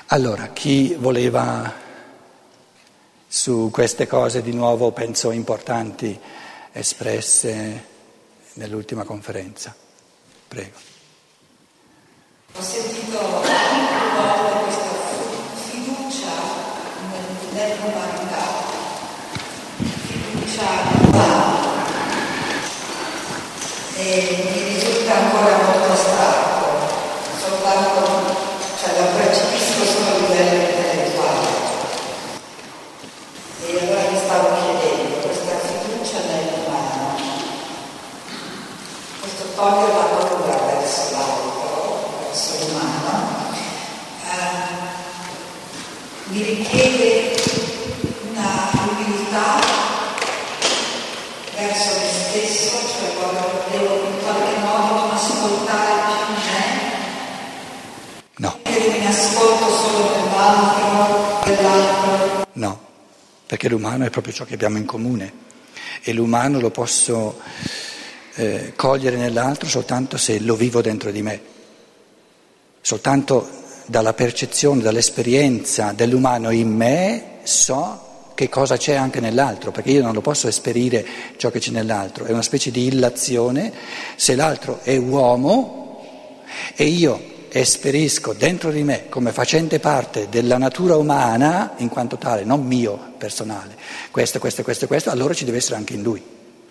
Allora, chi voleva su queste cose di nuovo, penso importanti, espresse nell'ultima conferenza? Prego. Ho sentito più volte questa fiducia nell'umanità, fiducia nell'altro, e mi risulta ancora molto astratto, soltanto, la percepisco solo a livello intellettuale. E allora mi stavo chiedendo, questa fiducia nell'umano, questo togliere la paura verso l'altro, verso l'umano, mi richiede una umiltà verso me stesso, cioè quando devo in qualche modo ascoltare più me. No. Mi ascolto solo dell'altro. No, perché l'umano è proprio ciò che abbiamo in comune e l'umano lo posso cogliere nell'altro soltanto se lo vivo dentro di me, soltanto dalla percezione, dall'esperienza dell'umano in me so che cosa c'è anche nell'altro, perché io non lo posso esperire ciò che c'è nell'altro, è una specie di illazione. Se l'altro è uomo e io esperisco dentro di me come facente parte della natura umana, in quanto tale, non mio personale, questo, allora ci deve essere anche in lui.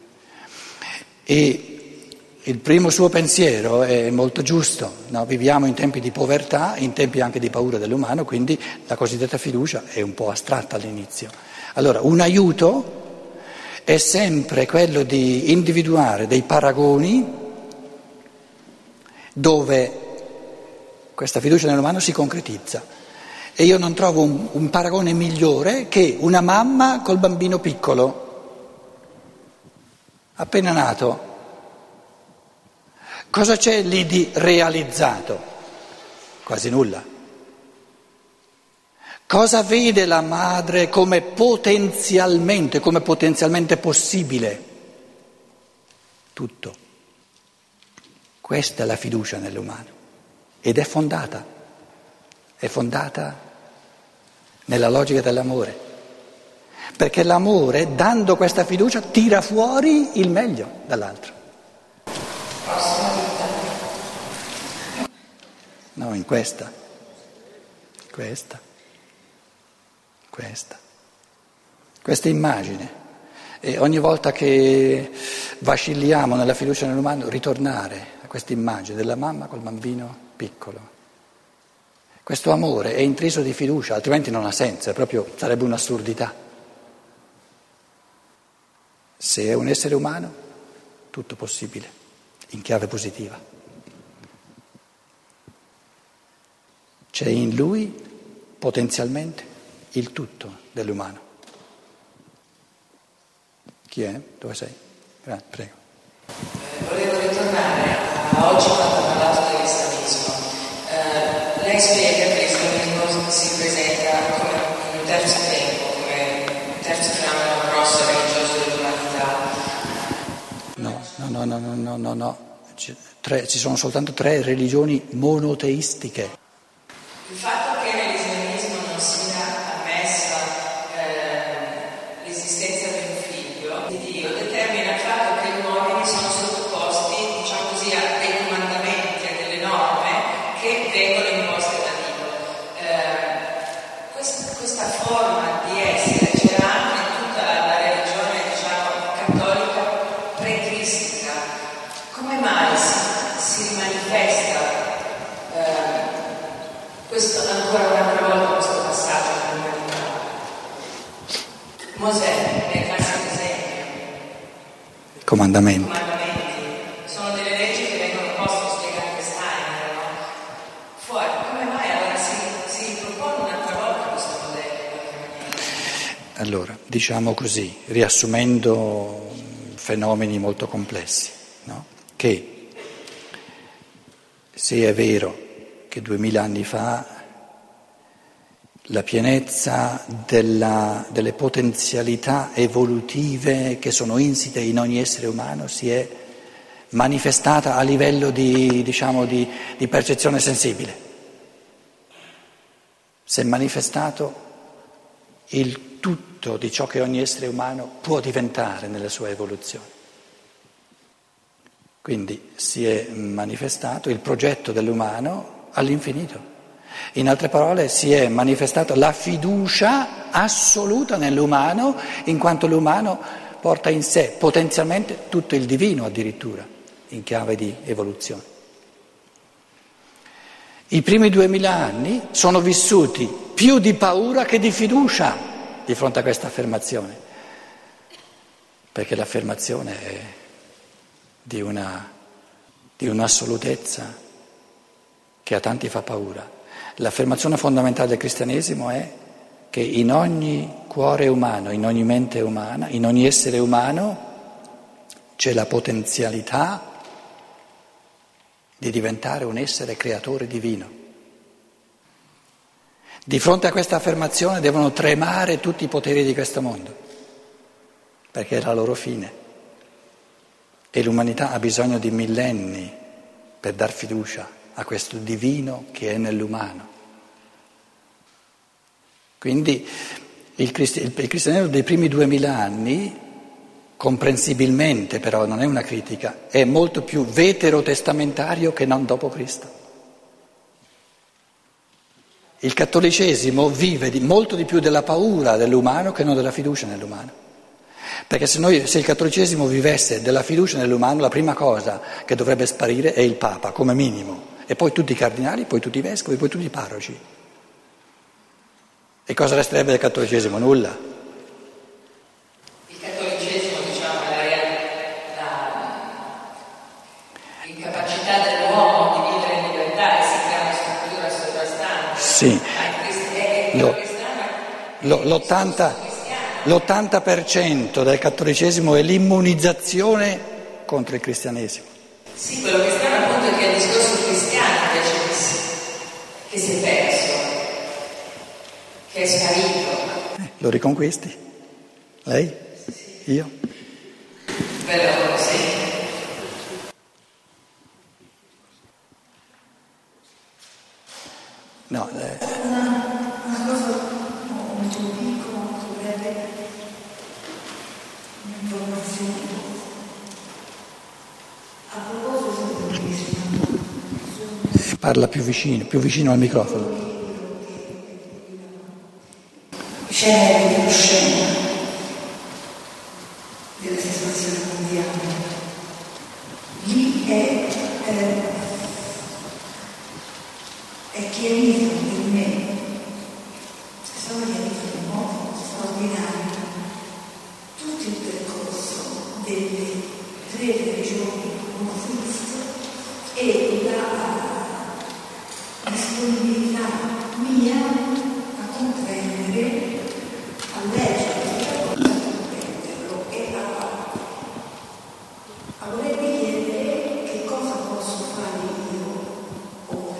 E il primo suo pensiero è molto giusto, no? Viviamo in tempi di povertà, in tempi anche di paura dell'umano, quindi la cosiddetta fiducia è un po' astratta all'inizio. Allora, un aiuto è sempre quello di individuare dei paragoni dove questa fiducia nell'umano si concretizza. E io non trovo un paragone migliore che una mamma col bambino piccolo, appena nato. Cosa c'è lì di realizzato? Quasi nulla. Cosa vede la madre come potenzialmente possibile? Tutto. Questa è la fiducia nell'umano. Ed è fondata nella logica dell'amore, perché l'amore, dando questa fiducia, tira fuori il meglio dall'altro. No, in questa immagine. E ogni volta che vacilliamo nella fiducia nell'umano, ritornare a questa immagine della mamma col bambino piccolo. Questo amore è intriso di fiducia, altrimenti non ha senso, sarebbe un'assurdità. Se è un essere umano, tutto possibile, in chiave positiva. C'è in lui potenzialmente il tutto dell'umano. Chi è? Dove sei? Prego. Volevo ritornare a oggi quando ha parlato dell'islamismo. Lei spiega che l'islamismo si presenta come un terzo tempo, come un terzo fenomeno grosso religioso dell'umanità. No. Ci sono soltanto 3 religioni monoteistiche. Il fatto che nell'islamismo non sia ammessa l'esistenza di un figlio di Dio determina il fatto che gli uomini sono sottoposti, diciamo così, a dei comandamenti, a delle norme che vengono imposte da Dio. Questa forma di essere c'era anche in tutta la religione, diciamo, cattolica pre-cristica. Come mai si manifesta questo ancora un'altra volta questo passaggio dell'umanità? Mosè è il classico esempio. Comandamenti. Sono delle leggi che vengono poste, spiegate Steiner, no? Fuori, come mai allora si ripropone un'altra volta questo modello in qualche maniera? Allora, diciamo così, riassumendo fenomeni molto complessi, no? Che se è vero che 2000 anni fa la pienezza delle potenzialità evolutive che sono insite in ogni essere umano si è manifestata a livello di percezione sensibile. si è manifestato il tutto di ciò che ogni essere umano può diventare nella sua evoluzione. Quindi si è manifestato il progetto dell'umano all'infinito. In altre parole, si è manifestata la fiducia assoluta nell'umano, in quanto l'umano porta in sé potenzialmente tutto il divino addirittura, in chiave di evoluzione. I primi 2000 anni sono vissuti più di paura che di fiducia di fronte a questa affermazione, perché l'affermazione è di un'assolutezza che a tanti fa paura. L'affermazione fondamentale del cristianesimo è che in ogni cuore umano, in ogni mente umana, in ogni essere umano c'è la potenzialità di diventare un essere creatore divino. Di fronte a questa affermazione devono tremare tutti i poteri di questo mondo, perché è la loro fine. E l'umanità ha bisogno di millenni per dar fiducia a questo divino che è nell'umano. Quindi il cristianesimo dei primi 2000 anni, comprensibilmente però, non è una critica, è molto più veterotestamentario che non dopo Cristo. Il cattolicesimo vive molto di più della paura dell'umano che non della fiducia nell'umano. Perché se il cattolicesimo vivesse della fiducia nell'umano, la prima cosa che dovrebbe sparire è il Papa, come minimo, e poi tutti i cardinali, poi tutti i vescovi, poi tutti i parroci. E cosa resterebbe del cattolicesimo? Nulla. Il cattolicesimo, diciamo, è l'incapacità dell'uomo di vivere in libertà e si crea una struttura sovrastante. Sì. L'80% del cattolicesimo è l'immunizzazione contro il cristianesimo. Sì, quello che strano appunto è che il discorso cristiano invece che si è perso, che è sparito. Lo riconquisti? Lei? Sì. Io? Però sì. No. Una cosa molto piccola, molto breve, un'informazione. A proposito del cristianesimo, Parla più vicino al microfono. c'è la scena della situazione mondiale. Lì è chiarito per me, è stato chiarito in modo straordinario tutto il percorso delle 3 religioni monoteiste e la disponibilità mia a comprendere, a leggere, a comprenderlo e a volermi chiedere che cosa posso fare io ora.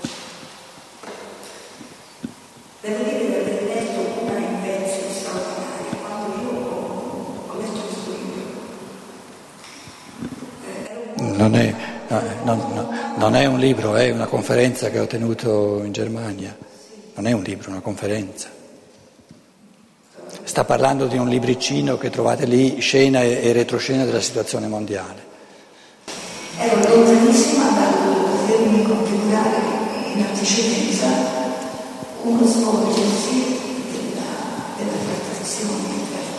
Devo dire di aver letto una invenzione straordinaria quando io ho letto questo libro. Non è un libro, è una conferenza che ho tenuto in Germania. Non è un libro, è una conferenza. Sta parlando di un libricino che trovate lì, scena e retroscena della situazione mondiale. Ero lontanissima dal potermi configurare in antecedenza uno svolgersi della trattazione.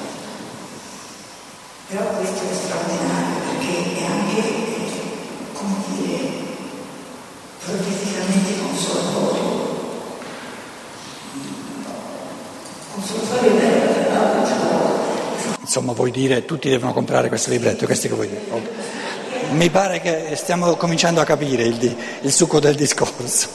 Però questo è straordinario perché è anche, come dire, profeticamente consolatorio. Consolatorio è bello, Insomma, vuoi dire, tutti devono comprare questo libretto, questo che vuoi dire? Mi pare che stiamo cominciando a capire il succo del discorso.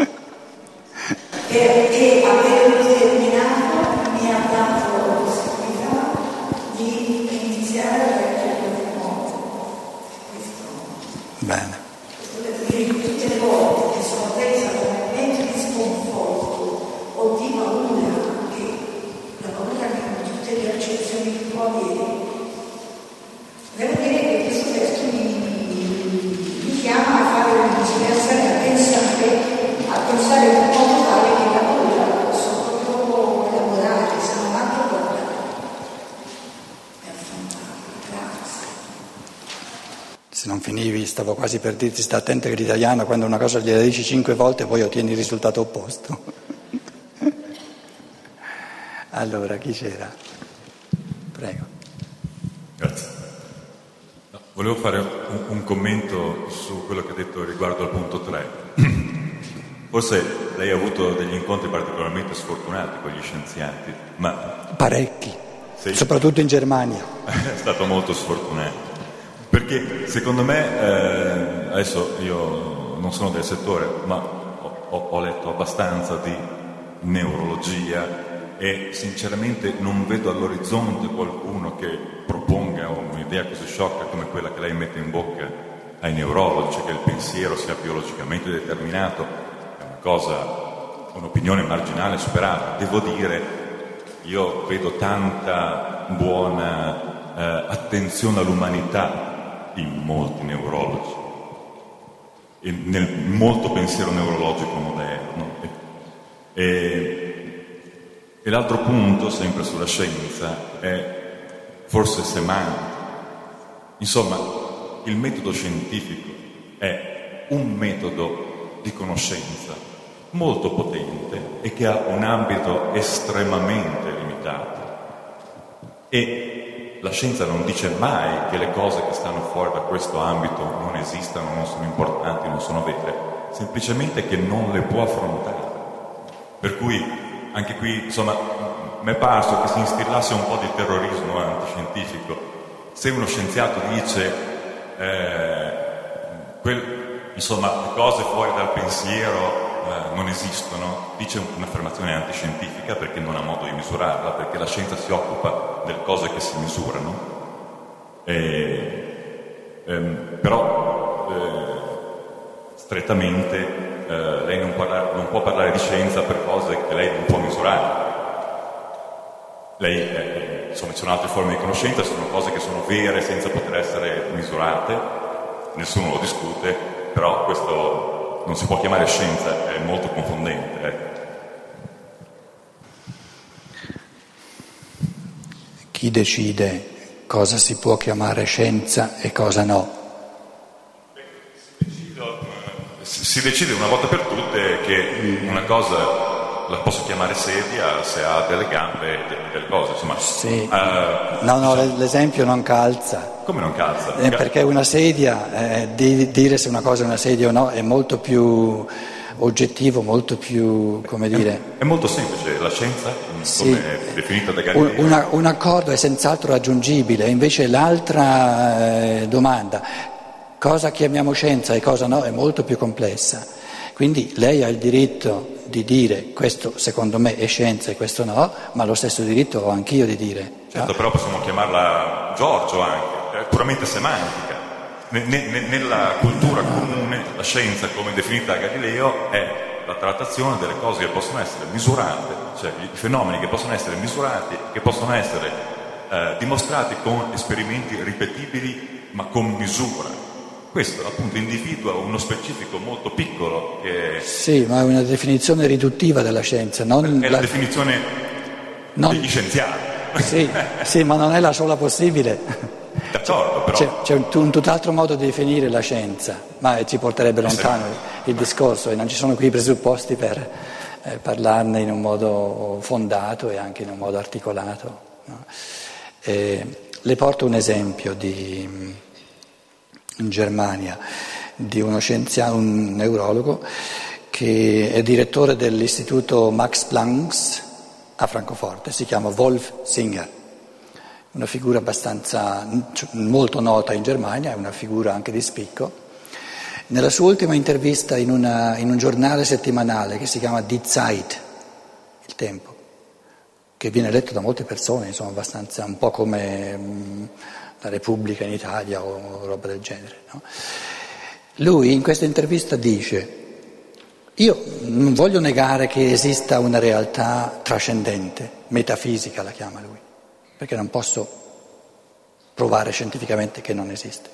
Perché averlo terminato mi ha dato la possibilità di iniziare a leggere di nuovo. Bene. Tutte le volte che sono presa da momenti di sconforto o di paura, che la paura che con tutte le accezioni che può avere, devo dire che questo testo mi chiama a fare una vigilanza e a pensare in modo tale che la paura stavo quasi per dirti sta attento che l'italiano quando una cosa gliela dici 5 volte poi ottieni il risultato opposto. Allora, chi c'era? Prego. Grazie. No, volevo fare un commento su quello che ha detto riguardo al punto 3. Forse lei ha avuto degli incontri particolarmente sfortunati con gli scienziati, ma... Parecchi, sì, soprattutto in Germania. È stato molto sfortunato. Perché secondo me, adesso io non sono del settore, ma ho letto abbastanza di neurologia e sinceramente non vedo all'orizzonte qualcuno che proponga un'idea così sciocca come quella che lei mette in bocca ai neurologi, cioè che il pensiero sia biologicamente determinato. È una cosa, un'opinione marginale superata. Devo dire, io vedo tanta buona attenzione all'umanità in molti neurologi e nel molto pensiero neurologico moderno. E l'altro punto, sempre sulla scienza, è forse semantico. Insomma, il metodo scientifico è un metodo di conoscenza molto potente e che ha un ambito estremamente limitato. E la scienza non dice mai che le cose che stanno fuori da questo ambito non esistano, non sono importanti, non sono vere, semplicemente che non le può affrontare. Per cui anche qui, insomma, mi è parso che si instillasse un po' di terrorismo antiscientifico. Se uno scienziato dice insomma, le cose fuori dal pensiero non esistono, dice un'affermazione antiscientifica perché non ha modo di misurarla, perché la scienza si occupa delle cose che si misurano. Però strettamente lei non può parlare di scienza per cose che lei non può misurare. Lei, insomma, ci sono altre forme di conoscenza, sono cose che sono vere senza poter essere misurate, nessuno lo discute, però questo non si può chiamare scienza, è molto confondente. Chi decide cosa si può chiamare scienza e cosa no? Si decide una volta per tutte che una cosa la posso chiamare sedia se ha delle gambe e delle cose, insomma. Sì. No, l'esempio non calza. Come non calza? Perché una sedia, dire se una cosa è una sedia o no, è molto più oggettivo, molto più, come dire... È molto semplice, la scienza, sì, come è definita da Galileo. Un accordo è senz'altro raggiungibile, invece l'altra domanda, cosa chiamiamo scienza e cosa no, è molto più complessa. Quindi lei ha il diritto di dire questo secondo me è scienza e questo no, ma lo stesso diritto ho anch'io di dire. Certo, però possiamo chiamarla Giorgio anche, è puramente semantica. Nella cultura comune la scienza, come definita da Galileo, è la trattazione delle cose che possono essere misurate, cioè i fenomeni che possono essere misurati, che possono essere dimostrati con esperimenti ripetibili ma con misura. Questo appunto individua uno specifico molto piccolo che... Sì, ma è una definizione riduttiva della scienza. Non è la definizione degli scienziati. Sì, ma non è la sola possibile. D'accordo, però... C'è un tutt'altro modo di definire la scienza, ma ci porterebbe lontano il discorso e non ci sono qui i presupposti per parlarne in un modo fondato e anche in un modo articolato. No? Le porto un esempio in Germania di uno scienziato, un neurologo che è direttore dell'istituto Max Planck a Francoforte, si chiama Wolf Singer, una figura abbastanza molto nota in Germania, è una figura anche di spicco. Nella sua ultima intervista in un giornale settimanale che si chiama Die Zeit, Il Tempo, che viene letto da molte persone, insomma abbastanza un po' come la Repubblica in Italia o roba del genere, no? Lui in questa intervista dice: io non voglio negare che esista una realtà trascendente, metafisica la chiama lui, perché non posso provare scientificamente che non esiste.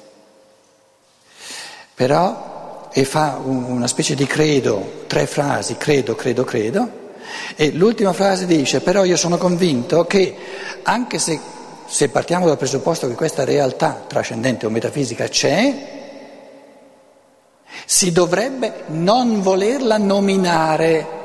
Però, e fa una specie di credo, 3 frasi, credo, e l'ultima frase dice: però io sono convinto che anche se partiamo dal presupposto che questa realtà trascendente o metafisica c'è, Si dovrebbe non volerla nominare.